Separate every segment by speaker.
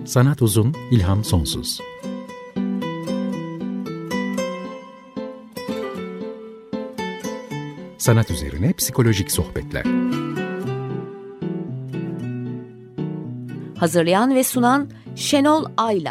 Speaker 1: Sanat uzun, ilham sonsuz. Sanat üzerine psikolojik sohbetler.
Speaker 2: Hazırlayan ve sunan Şenol Ayla.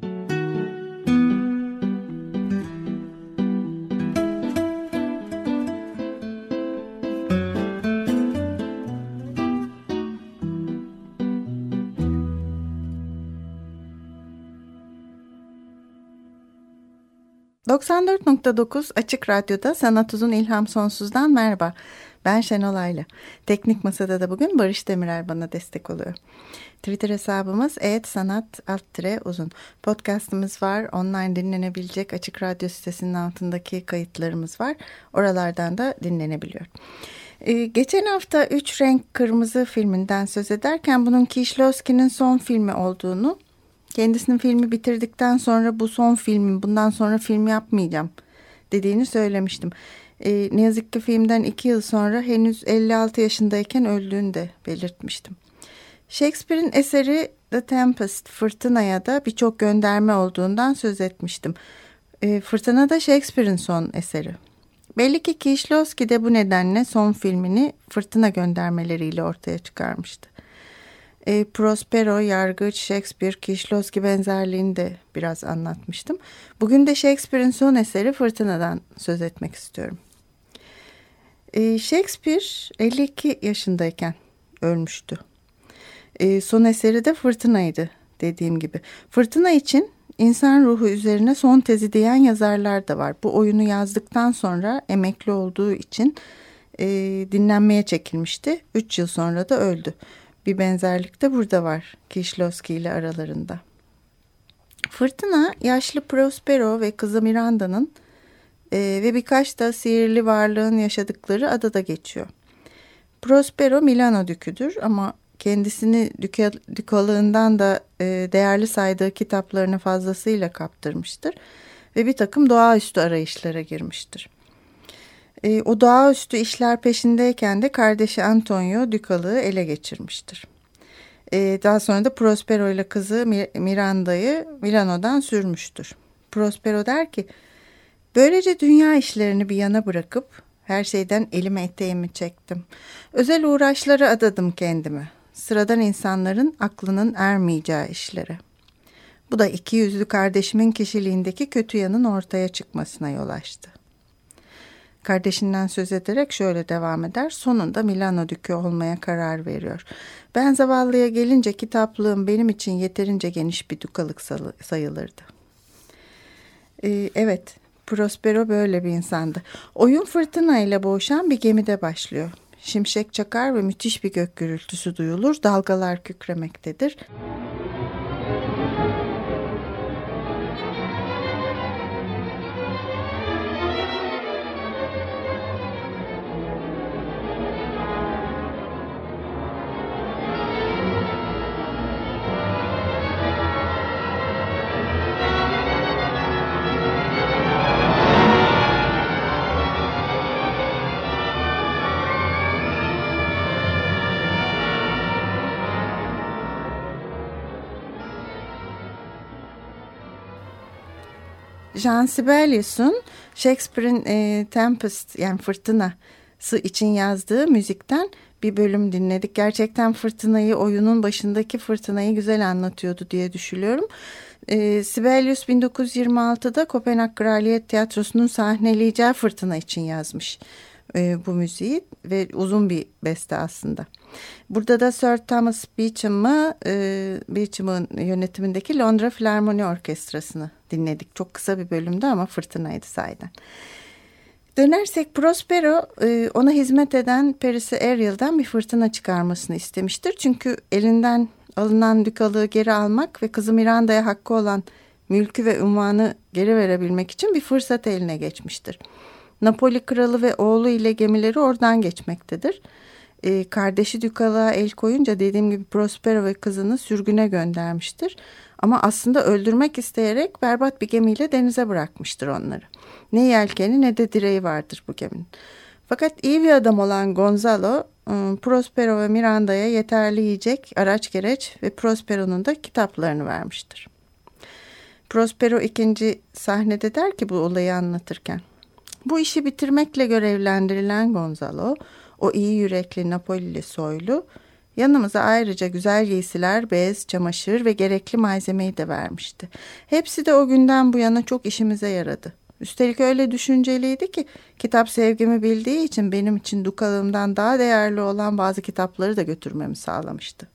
Speaker 3: ...94.9 Açık Radyo'da Sanat Uzun İlham Sonsuz'dan merhaba. Ben Şenol Ayla. Teknik Masa'da da bugün Barış Demirel bana destek oluyor. Twitter hesabımız @sanat_uzun. Podcast'ımız var. Online dinlenebilecek Açık Radyo sitesinin altındaki kayıtlarımız var. Oralardan da dinlenebiliyor. Geçen hafta Üç Renk Kırmızı filminden söz ederken bunun Kieślowski'nin son filmi olduğunu, kendisinin filmi bitirdikten sonra bu son filmim, bundan sonra film yapmayacağım dediğini söylemiştim. Ne yazık ki filmden 2 yıl sonra henüz 56 yaşındayken öldüğünü de belirtmiştim. Shakespeare'in eseri The Tempest, Fırtına'ya da birçok gönderme olduğundan söz etmiştim. Fırtına da Shakespeare'in son eseri. Belli ki Kieślowski de bu nedenle son filmini Fırtına göndermeleriyle ortaya çıkarmıştı. Prospero, Yargıç, Shakespeare, Kieślowski benzerliğini de biraz anlatmıştım. Bugün de Shakespeare'in son eseri Fırtına'dan söz etmek istiyorum. Shakespeare 52 yaşındayken ölmüştü. Son eseri de Fırtına'ydı dediğim gibi. Fırtına için insan ruhu üzerine son tezi diyen yazarlar da var. Bu oyunu yazdıktan sonra emekli olduğu için dinlenmeye çekilmişti. 3 yıl sonra da öldü. Bir benzerlik de burada var Kieślowski ile aralarında. Fırtına, yaşlı Prospero ve kızı Miranda'nın ve birkaç da sihirli varlığın yaşadıkları adada geçiyor. Prospero Milano düküdür ama kendisini dükalığından da değerli saydığı kitaplarını fazlasıyla kaptırmıştır ve bir takım doğaüstü arayışlara girmiştir. O doğaüstü işler peşindeyken de kardeşi Antonio dükalığı ele geçirmiştir. Daha sonra da Prospero ile kızı Miranda'yı Milano'dan sürmüştür. Prospero der ki, böylece dünya işlerini bir yana bırakıp her şeyden elime eteğimi çektim. Özel uğraşlara adadım kendimi. Sıradan insanların aklının ermeyeceği işlere. Bu da ikiyüzlü kardeşimin kişiliğindeki kötü yanın ortaya çıkmasına yol açtı. Kardeşinden söz ederek şöyle devam eder. Sonunda Milano dükü olmaya karar veriyor. Ben zavallıya gelince kitaplığım benim için yeterince geniş bir dükalık sayılırdı. Evet, Prospero böyle bir insandı. Oyun fırtına ile boğuşan bir gemide başlıyor. Şimşek çakar ve müthiş bir gök gürültüsü duyulur. Dalgalar kükremektedir. Jean Sibelius'un Shakespeare'in Tempest yani Fırtınası için yazdığı müzikten bir bölüm dinledik. Gerçekten fırtınayı, oyunun başındaki fırtınayı güzel anlatıyordu diye düşünüyorum. Sibelius 1926'da Kopenhag Kraliyet Tiyatrosu'nun sahneleyeceği Fırtına için yazmış bu müziği ve uzun bir beste aslında. Burada da Sir Thomas Beecham'ın yönetimindeki Londra Filarmoni Orkestrası'nı dinledik. Çok kısa bir bölümdü ama fırtınaydı sahiden. Dönersek Prospero ona hizmet eden perisi Ariel'den bir fırtına çıkarmasını istemiştir. Çünkü elinden alınan dükalığı geri almak ve kızı Miranda'ya hakkı olan mülkü ve unvanı geri verebilmek için bir fırsat eline geçmiştir. Napoli kralı ve oğlu ile gemileri oradan geçmektedir. Kardeşi dükalığa el koyunca dediğim gibi Prospero ve kızını sürgüne göndermiştir. Ama aslında öldürmek isteyerek berbat bir gemiyle denize bırakmıştır onları. Ne yelkeni ne de direği vardır bu geminin. Fakat iyi bir adam olan Gonzalo Prospero ve Miranda'ya yeterli yiyecek, araç gereç ve Prospero'nun da kitaplarını vermiştir. Prospero ikinci sahnede der ki bu olayı anlatırken: bu işi bitirmekle görevlendirilen Gonzalo, o iyi yürekli Napolili soylu, yanımıza ayrıca güzel giysiler, bez, çamaşır ve gerekli malzemeyi de vermişti. Hepsi de o günden bu yana çok işimize yaradı. Üstelik öyle düşünceliydi ki kitap sevgimi bildiği için benim için dukalığımdan daha değerli olan bazı kitapları da götürmemi sağlamıştı.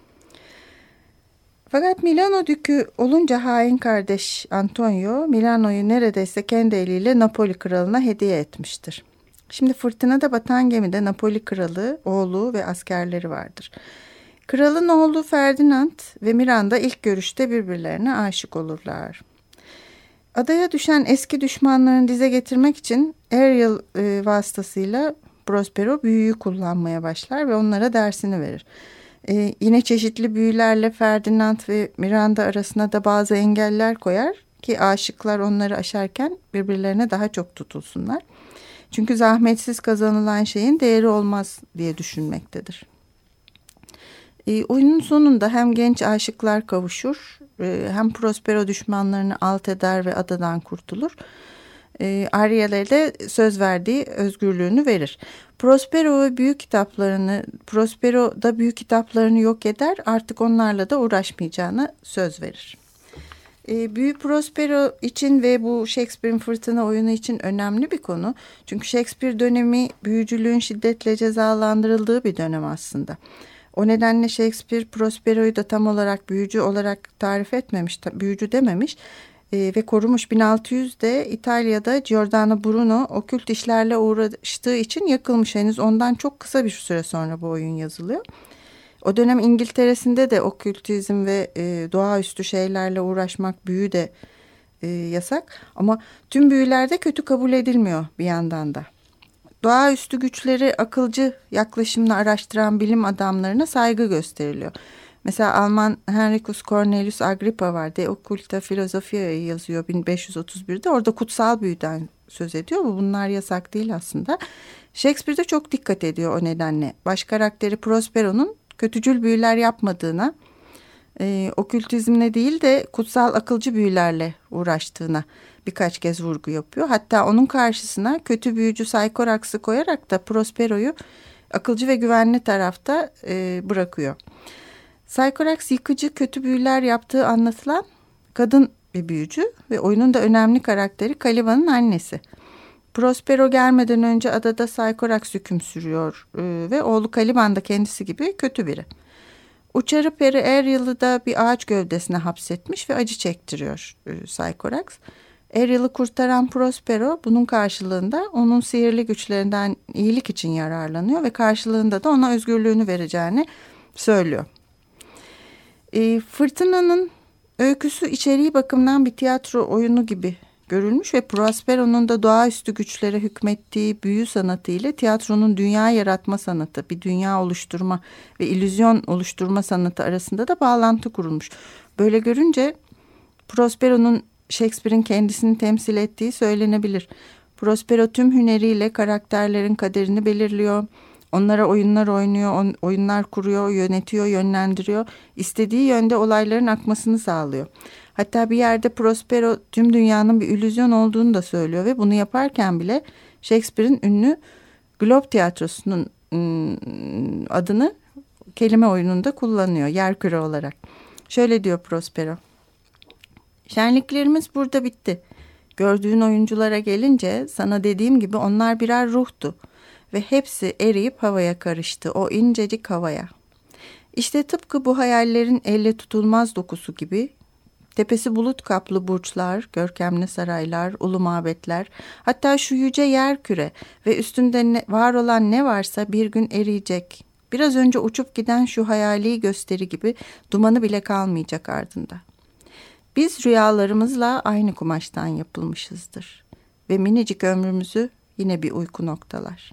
Speaker 3: Fakat Milano dükü olunca hain kardeş Antonio, Milano'yu neredeyse kendi eliyle Napoli kralına hediye etmiştir. Şimdi fırtınada batan gemide Napoli kralı, oğlu ve askerleri vardır. Kralın oğlu Ferdinand ve Miranda ilk görüşte birbirlerine aşık olurlar. Adaya düşen eski düşmanlarını dize getirmek için Ariel vasıtasıyla Prospero büyüyü kullanmaya başlar ve onlara dersini verir. Yine çeşitli büyülerle Ferdinand ve Miranda arasına da bazı engeller koyar ki aşıklar onları aşarken birbirlerine daha çok tutulsunlar. Çünkü zahmetsiz kazanılan şeyin değeri olmaz diye düşünmektedir. Oyunun sonunda hem genç aşıklar kavuşur, hem Prospero düşmanlarını alt eder ve adadan kurtulur. Ariel'e de söz verdiği özgürlüğünü verir. Prospero da büyük kitaplarını yok eder, artık onlarla da uğraşmayacağına söz verir. Büyü Prospero için ve bu Shakespeare'in Fırtına oyunu için önemli bir konu. Çünkü Shakespeare dönemi büyücülüğün şiddetle cezalandırıldığı bir dönem aslında. O nedenle Shakespeare Prospero'yu da tam olarak büyücü olarak tarif etmemiş, büyücü dememiş ve korumuş. 1600'de İtalya'da Giordano Bruno okült işlerle uğraştığı için yakılmış. Henüz ondan çok kısa bir süre sonra bu oyun yazılıyor. O dönem İngiltere'sinde de okültizm ve doğaüstü şeylerle uğraşmak, büyü de yasak. Ama tüm büyüler de kötü kabul edilmiyor bir yandan da. Doğaüstü güçleri akılcı yaklaşımla araştıran bilim adamlarına saygı gösteriliyor. Mesela Alman Henricus Cornelius Agrippa var. De Occulta Philosophia'yı yazıyor 1531'de. Orada kutsal büyüden söz ediyor. Bunlar yasak değil aslında. Shakespeare de çok dikkat ediyor o nedenle. Baş karakteri Prospero'nun kötücül büyüler yapmadığına, okültizmle değil de kutsal akılcı büyülerle uğraştığına birkaç kez vurgu yapıyor. Hatta onun karşısına kötü büyücü Sycorax'ı koyarak da Prospero'yu akılcı ve güvenli tarafta bırakıyor. Sycorax yıkıcı kötü büyüler yaptığı anlatılan kadın bir büyücü ve oyunun da önemli karakteri Caliba'nın annesi. Prospero gelmeden önce adada Sycorax hüküm sürüyor ve oğlu Caliban da kendisi gibi kötü biri. Uçarı peri Ariel'ı da bir ağaç gövdesine hapsetmiş ve acı çektiriyor Sycorax. Ariel'ı kurtaran Prospero bunun karşılığında onun sihirli güçlerinden iyilik için yararlanıyor ve karşılığında da ona özgürlüğünü vereceğini söylüyor. Fırtınanın öyküsü içeriği bakımından bir tiyatro oyunu gibi görülmüş ve Prospero'nun da doğaüstü güçlere hükmettiği büyü sanatı ile tiyatronun dünya yaratma sanatı, bir dünya oluşturma ve illüzyon oluşturma sanatı arasında da bağlantı kurulmuş. Böyle görünce Prospero'nun Shakespeare'in kendisini temsil ettiği söylenebilir. Prospero tüm hüneriyle karakterlerin kaderini belirliyor. Onlara oyunlar oynuyor, oyunlar kuruyor, yönetiyor, yönlendiriyor. İstediği yönde olayların akmasını sağlıyor. Hatta bir yerde Prospero tüm dünyanın bir illüzyon olduğunu da söylüyor ve bunu yaparken bile Shakespeare'in ünlü Globe Tiyatrosu'nun adını kelime oyununda kullanıyor yer küre olarak. Şöyle diyor Prospero: "Şenliklerimiz burada bitti. Gördüğün oyunculara gelince sana dediğim gibi onlar birer ruhtu ve hepsi eriyip havaya karıştı, o incecik havaya. İşte tıpkı bu hayallerin elle tutulmaz dokusu gibi tepesi bulut kaplı burçlar, görkemli saraylar, ulu mabetler, hatta şu yüce yer küre ve üstünde var olan ne varsa bir gün eriyecek. Biraz önce uçup giden şu hayali gösteri gibi dumanı bile kalmayacak ardında. Biz rüyalarımızla aynı kumaştan yapılmışızdır ve minicik ömrümüzü yine bir uyku noktalar."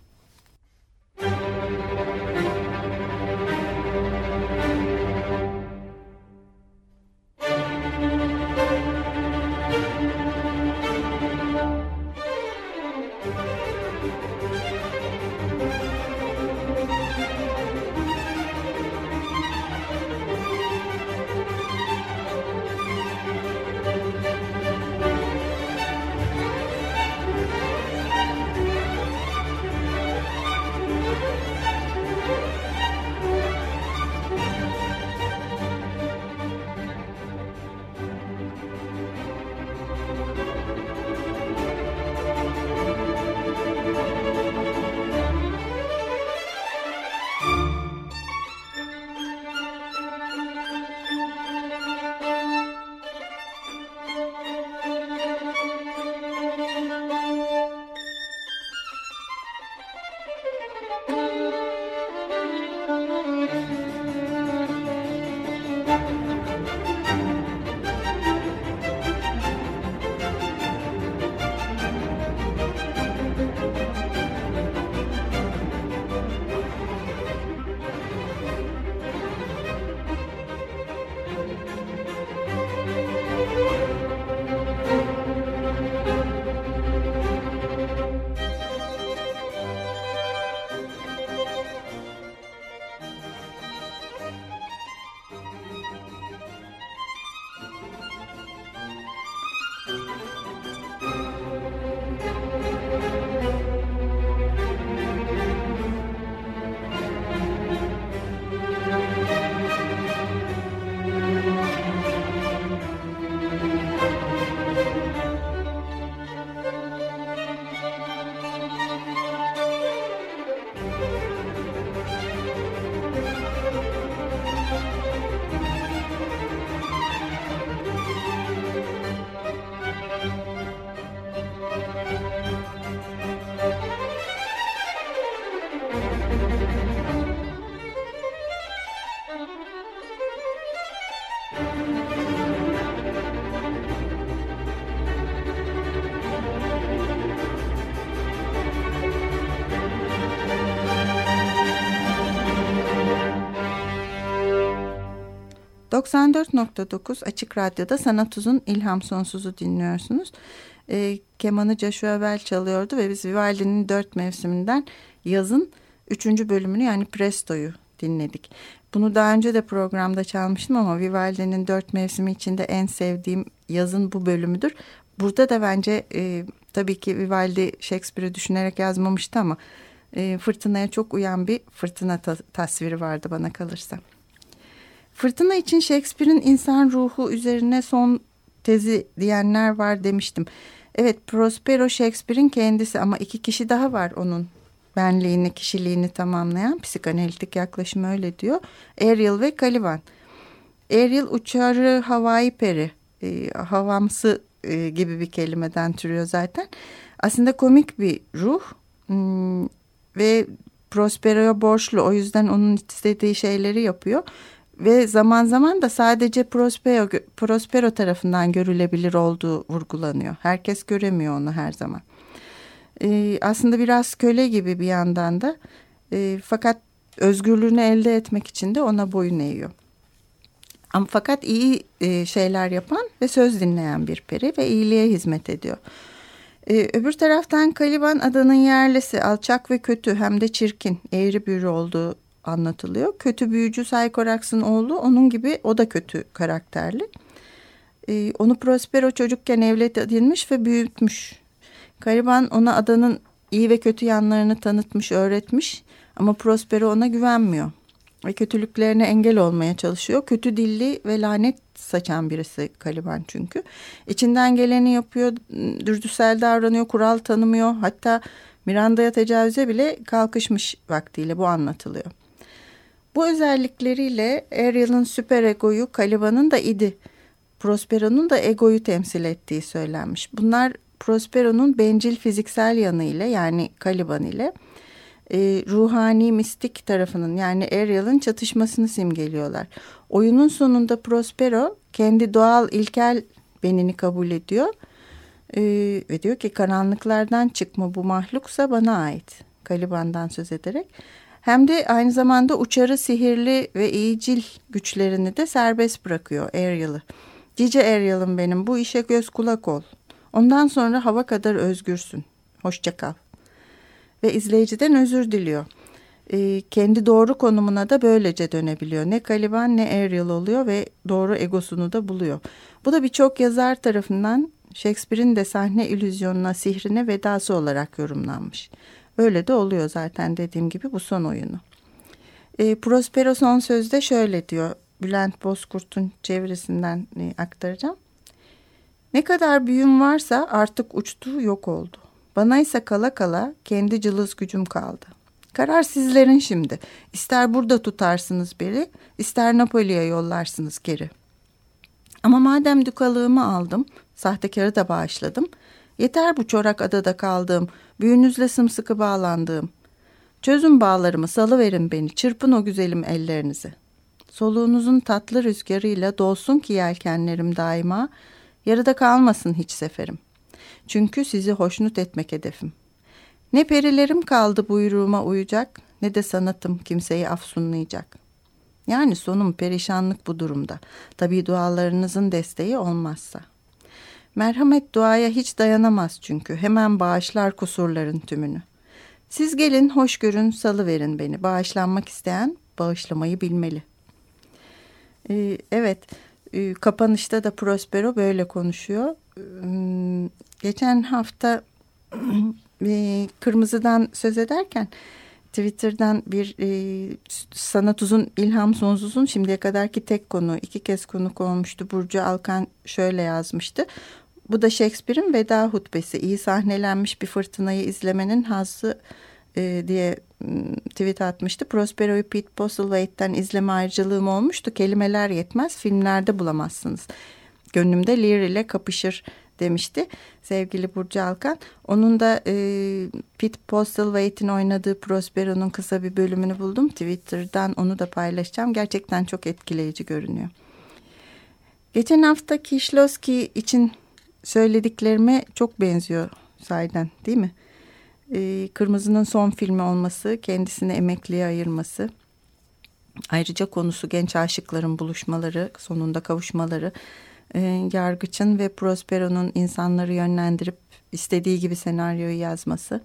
Speaker 3: 94.9 Açık Radyo'da Sanat Uzun İlham Sonsuz'u dinliyorsunuz. Kemanı Joshua Bell çalıyordu ve biz Vivaldi'nin 4 mevsiminden yazın 3. bölümünü yani Presto'yu dinledik. Bunu daha önce de programda çalmıştım ama Vivaldi'nin 4 mevsimi içinde en sevdiğim yazın bu bölümüdür. Burada da bence tabii ki Vivaldi Shakespeare'i düşünerek yazmamıştı ama fırtınaya çok uyan bir fırtına tasviri vardı bana kalırsa. Fırtına için Shakespeare'in insan ruhu üzerine son tezi diyenler var demiştim. Evet, Prospero Shakespeare'in kendisi ama 2 kişi daha var onun benliğini, kişiliğini tamamlayan. Psikanalitik yaklaşım öyle diyor. Ariel ve Caliban. Ariel uçarı havai peri, havamsı gibi bir kelimeden türüyor zaten. Aslında komik bir ruh ve Prospero'ya borçlu. O yüzden onun istediği şeyleri yapıyor. Ve zaman zaman da sadece Prospero tarafından görülebilir olduğu vurgulanıyor. Herkes göremiyor onu her zaman. Aslında biraz köle gibi bir yandan da. Fakat özgürlüğünü elde etmek için de ona boyun eğiyor. Ama fakat iyi şeyler yapan ve söz dinleyen bir peri ve iyiliğe hizmet ediyor. Öbür taraftan Caliban adanın yerlisi, alçak ve kötü hem de çirkin, eğri büğrü olduğu anlatılıyor. Kötü büyücü Sycorax'ın oğlu, onun gibi o da kötü karakterli. Onu Prospero çocukken evlat edinmiş ve büyütmüş. Caliban ona adanın iyi ve kötü yanlarını tanıtmış, öğretmiş ama Prospero ona güvenmiyor. Ve kötülüklerine engel olmaya çalışıyor. Kötü dilli ve lanet saçan birisi Caliban çünkü. İçinden geleni yapıyor, dürtüsel davranıyor, kural tanımıyor. Hatta Miranda'ya tecavüze bile kalkışmış vaktiyle, bu anlatılıyor. Bu özellikleriyle Ariel'in süper egoyu, Caliban'ın da idi. Prospero'nun da egoyu temsil ettiği söylenmiş. Bunlar Prospero'nun bencil fiziksel yanı ile yani Caliban ile ruhani mistik tarafının yani Ariel'in çatışmasını simgeliyorlar. Oyunun sonunda Prospero kendi doğal ilkel benini kabul ediyor ve diyor ki karanlıklardan çıkma bu mahluksa bana ait. Caliban'dan söz ederek. Hem de aynı zamanda uçarı sihirli ve iyicil güçlerini de serbest bırakıyor Ariel'ı. Cici Ariel'ım benim, bu işe göz kulak ol. Ondan sonra hava kadar özgürsün. Hoşça kal. Ve izleyiciden özür diliyor. Kendi doğru konumuna da böylece dönebiliyor. Ne Caliban ne Ariel oluyor ve doğru egosunu da buluyor. Bu da birçok yazar tarafından Shakespeare'in de sahne illüzyonuna, sihrine vedası olarak yorumlanmış. Öyle de oluyor zaten dediğim gibi bu son oyunu. Prospero son sözde şöyle diyor. Bülent Bozkurt'un çevirisinden aktaracağım. Ne kadar büyüm varsa artık uçtu, yok oldu. Bana ise kala kala kendi cılız gücüm kaldı. Karar sizlerin şimdi. İster burada tutarsınız beni, ister Napoli'ye yollarsınız geri. Ama madem dükalığımı aldım, sahtekarı da bağışladım. Yeter bu çorak adada kaldığım, büyünüzle sımsıkı bağlandığım. Çözün bağlarımı, salıverin beni, çırpın o güzelim ellerinizi. Soluğunuzun tatlı rüzgarıyla dolsun ki yelkenlerim daima, yarıda kalmasın hiç seferim. Çünkü sizi hoşnut etmek hedefim. Ne perilerim kaldı buyruğuma uyacak, ne de sanatım kimseyi afsunlayacak. Yani sonum perişanlık bu durumda. Tabii dualarınızın desteği olmazsa. Merhamet duaya hiç dayanamaz çünkü. Hemen bağışlar kusurların tümünü. Siz gelin, hoş görün, salıverin beni. Bağışlanmak isteyen bağışlamayı bilmeli. Evet, kapanışta da Prospero böyle konuşuyor. Geçen hafta Kırmızı'dan söz ederken Twitter'dan bir Sanat Uzun İlham Sonsuz'un şimdiye kadarki tek konu, 2 kez konuk olmuştu. Burcu Alkan şöyle yazmıştı. Bu da Shakespeare'in veda hutbesi. İyi sahnelenmiş bir fırtınayı izlemenin hazzı diye tweet atmıştı. Prospero'yu Pete Postlethwaite'den izleme ayrıcalığım olmuştu. Kelimeler yetmez, filmlerde bulamazsınız. Gönlümde Lear ile kapışır demişti sevgili Burcu Alkan. Onun da Pete Postlethwaite'in oynadığı Prospero'nun kısa bir bölümünü buldum. Twitter'dan onu da paylaşacağım. Gerçekten çok etkileyici görünüyor. Geçen hafta Kieślowski için söylediklerime çok benziyor sahiden, değil mi? Kırmızı'nın son filmi olması, kendisini emekliye ayırması. Ayrıca konusu genç aşıkların buluşmaları, sonunda kavuşmaları, Yargıç'ın ve Prospero'nun insanları yönlendirip istediği gibi senaryoyu yazması,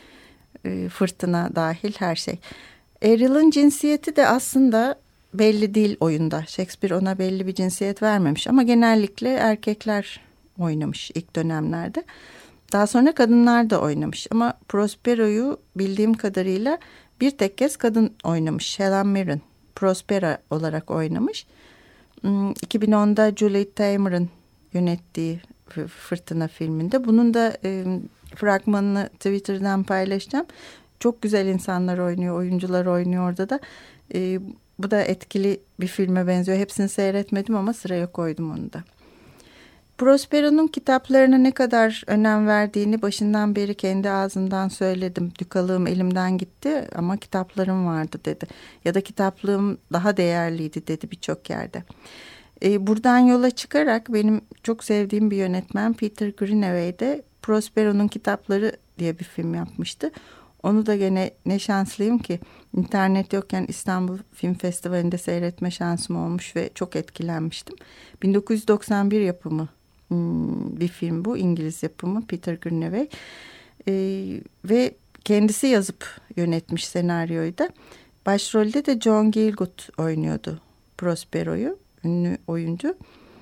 Speaker 3: fırtına dahil her şey. Ariel'ın cinsiyeti de aslında belli değil oyunda. Shakespeare ona belli bir cinsiyet vermemiş ama genellikle erkekler oynamış ilk dönemlerde. Daha sonra kadınlar da oynamış ama Prospero'yu bildiğim kadarıyla bir tek kez kadın oynamış. Helen Mirren Prospera olarak oynamış. 2010'da Julie Taymor'ın yönettiği Fırtına filminde. Bunun da fragmanını Twitter'dan paylaşacağım. Çok güzel insanlar oynuyor, oyuncular oynuyor orada da. Bu da etkili bir filme benziyor. Hepsini seyretmedim ama sıraya koydum onu da. Prospero'nun kitaplarına ne kadar önem verdiğini başından beri kendi ağzından söyledim. Dükalığım elimden gitti ama kitaplarım vardı dedi. Ya da kitaplığım daha değerliydi dedi birçok yerde. Buradan yola çıkarak benim çok sevdiğim bir yönetmen Peter Greenaway de Prospero'nun Kitapları diye bir film yapmıştı. Onu da gene ne şanslıyım ki internet yokken İstanbul Film Festivali'nde seyretme şansım olmuş ve çok etkilenmiştim. 1991 yapımı bir film bu, İngiliz yapımı Peter Greenaway ve kendisi yazıp yönetmiş senaryoyu da. Başrolde de John Gielgud oynuyordu Prospero'yu, ünlü oyuncu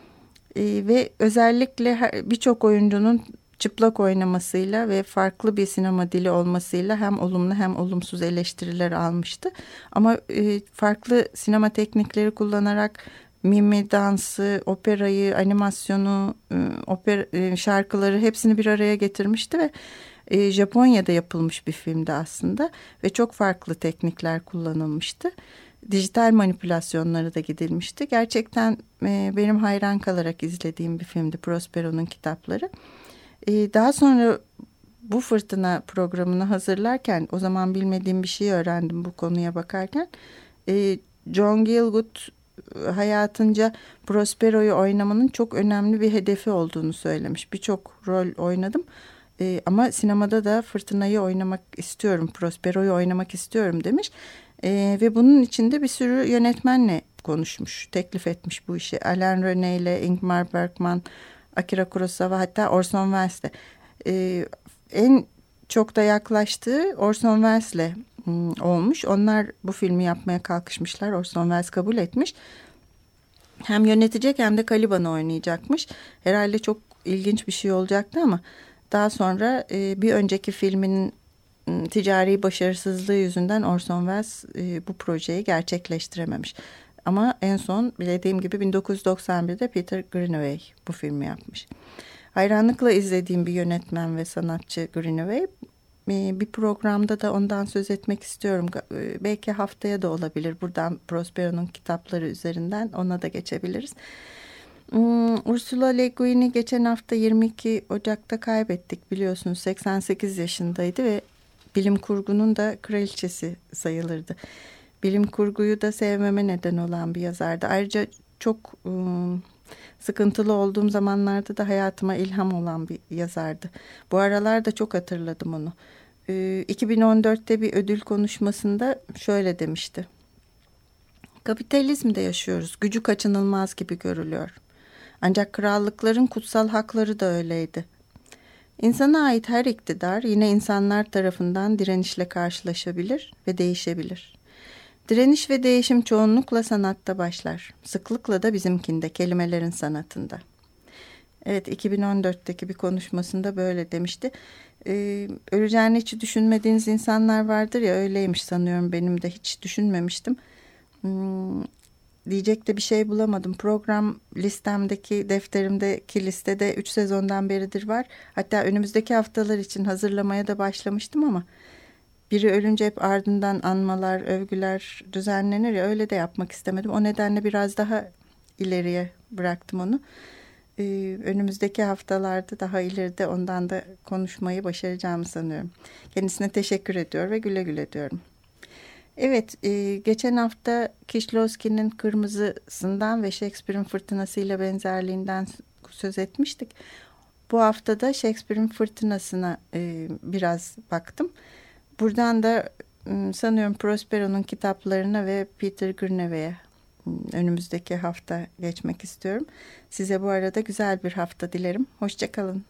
Speaker 3: ve özellikle birçok oyuncunun çıplak oynamasıyla ve farklı bir sinema dili olmasıyla hem olumlu hem olumsuz eleştiriler almıştı. Ama farklı sinema teknikleri kullanarak mimi, dansı, operayı, animasyonu, şarkıları hepsini bir araya getirmişti ve Japonya'da yapılmış bir filmdi aslında ve çok farklı teknikler kullanılmıştı. Dijital manipülasyonları da gidilmişti. Gerçekten benim hayran kalarak izlediğim bir filmdi Prospero'nun Kitapları. Daha sonra bu fırtına programını hazırlarken o zaman bilmediğim bir şey öğrendim bu konuya bakarken. John Gielgud hayatınca Prospero'yu oynamanın çok önemli bir hedefi olduğunu söylemiş. Birçok rol oynadım ama sinemada da fırtınayı oynamak istiyorum, Prospero'yu oynamak istiyorum demiş. Ve bunun içinde bir sürü yönetmenle konuşmuş, teklif etmiş bu işi. Alain Resnais ile Ingmar Bergman, Akira Kurosawa, hatta Orson Welles'le. En çok da yaklaştığı Orson Welles'le olmuş. Onlar bu filmi yapmaya kalkışmışlar. Orson Welles kabul etmiş. Hem yönetecek hem de Caliban'ı oynayacakmış. Herhalde çok ilginç bir şey olacaktı ama daha sonra bir önceki filmin ticari başarısızlığı yüzünden Orson Welles bu projeyi gerçekleştirememiş. Ama en son dediğim gibi 1991'de Peter Greenaway bu filmi yapmış. Hayranlıkla izlediğim bir yönetmen ve sanatçı Greenaway. Bir programda da ondan söz etmek istiyorum. Belki haftaya da olabilir. Buradan Prospero'nun Kitapları üzerinden ona da geçebiliriz. Ursula Le Guin'i geçen hafta 22 Ocak'ta kaybettik biliyorsunuz. 88 yaşındaydı ve bilim kurgunun da kraliçesi sayılırdı. Bilim kurguyu da sevmeme neden olan bir yazardı. Ayrıca çok sıkıntılı olduğum zamanlarda da hayatıma ilham olan bir yazardı. Bu aralar da çok hatırladım onu. 2014'te bir ödül konuşmasında şöyle demişti. Kapitalizmde yaşıyoruz. Gücü kaçınılmaz gibi görülüyor. Ancak krallıkların kutsal hakları da öyleydi. İnsana ait her iktidar yine insanlar tarafından direnişle karşılaşabilir ve değişebilir. Direniş ve değişim çoğunlukla sanatta başlar. Sıklıkla da bizimkinde, kelimelerin sanatında. Evet, 2014'teki bir konuşmasında böyle demişti. Öleceğini hiç düşünmediğiniz insanlar vardır ya, öyleymiş sanıyorum, benim de hiç düşünmemiştim. Diyecek de bir şey bulamadım. Program listemdeki, defterimdeki listede 3 sezondan beridir var. Hatta önümüzdeki haftalar için hazırlamaya da başlamıştım ama biri ölünce hep ardından anmalar, övgüler düzenlenir ya, öyle de yapmak istemedim. O nedenle biraz daha ileriye bıraktım onu. Önümüzdeki haftalarda daha ileride ondan da konuşmayı başaracağımı sanıyorum. Kendisine teşekkür ediyor ve güle güle diyorum. Evet, geçen hafta Kieślowski'nin Kırmızısından ve Shakespeare'in Fırtınası'yla benzerliğinden söz etmiştik. Bu hafta da Shakespeare'in Fırtınası'na biraz baktım. Buradan da sanıyorum Prospero'nun kitaplarına ve Peter Greenaway'e önümüzdeki hafta geçmek istiyorum. Size bu arada güzel bir hafta dilerim. Hoşça kalın.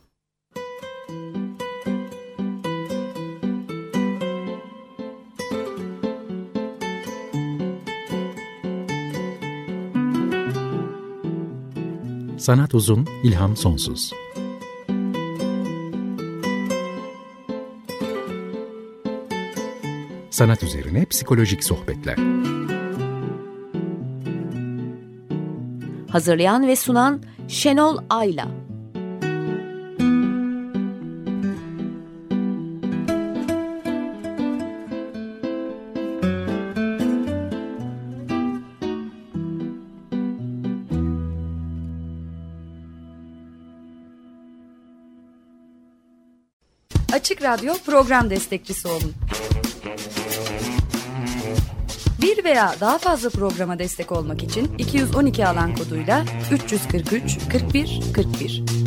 Speaker 1: Sanat uzun, ilham sonsuz. Sanat üzerine psikolojik sohbetler.
Speaker 2: Hazırlayan ve sunan Şenol Ayla.
Speaker 4: Açık Radyo program destekçisi olun. Bir veya daha fazla programa destek olmak için 212 alan koduyla 343 41 41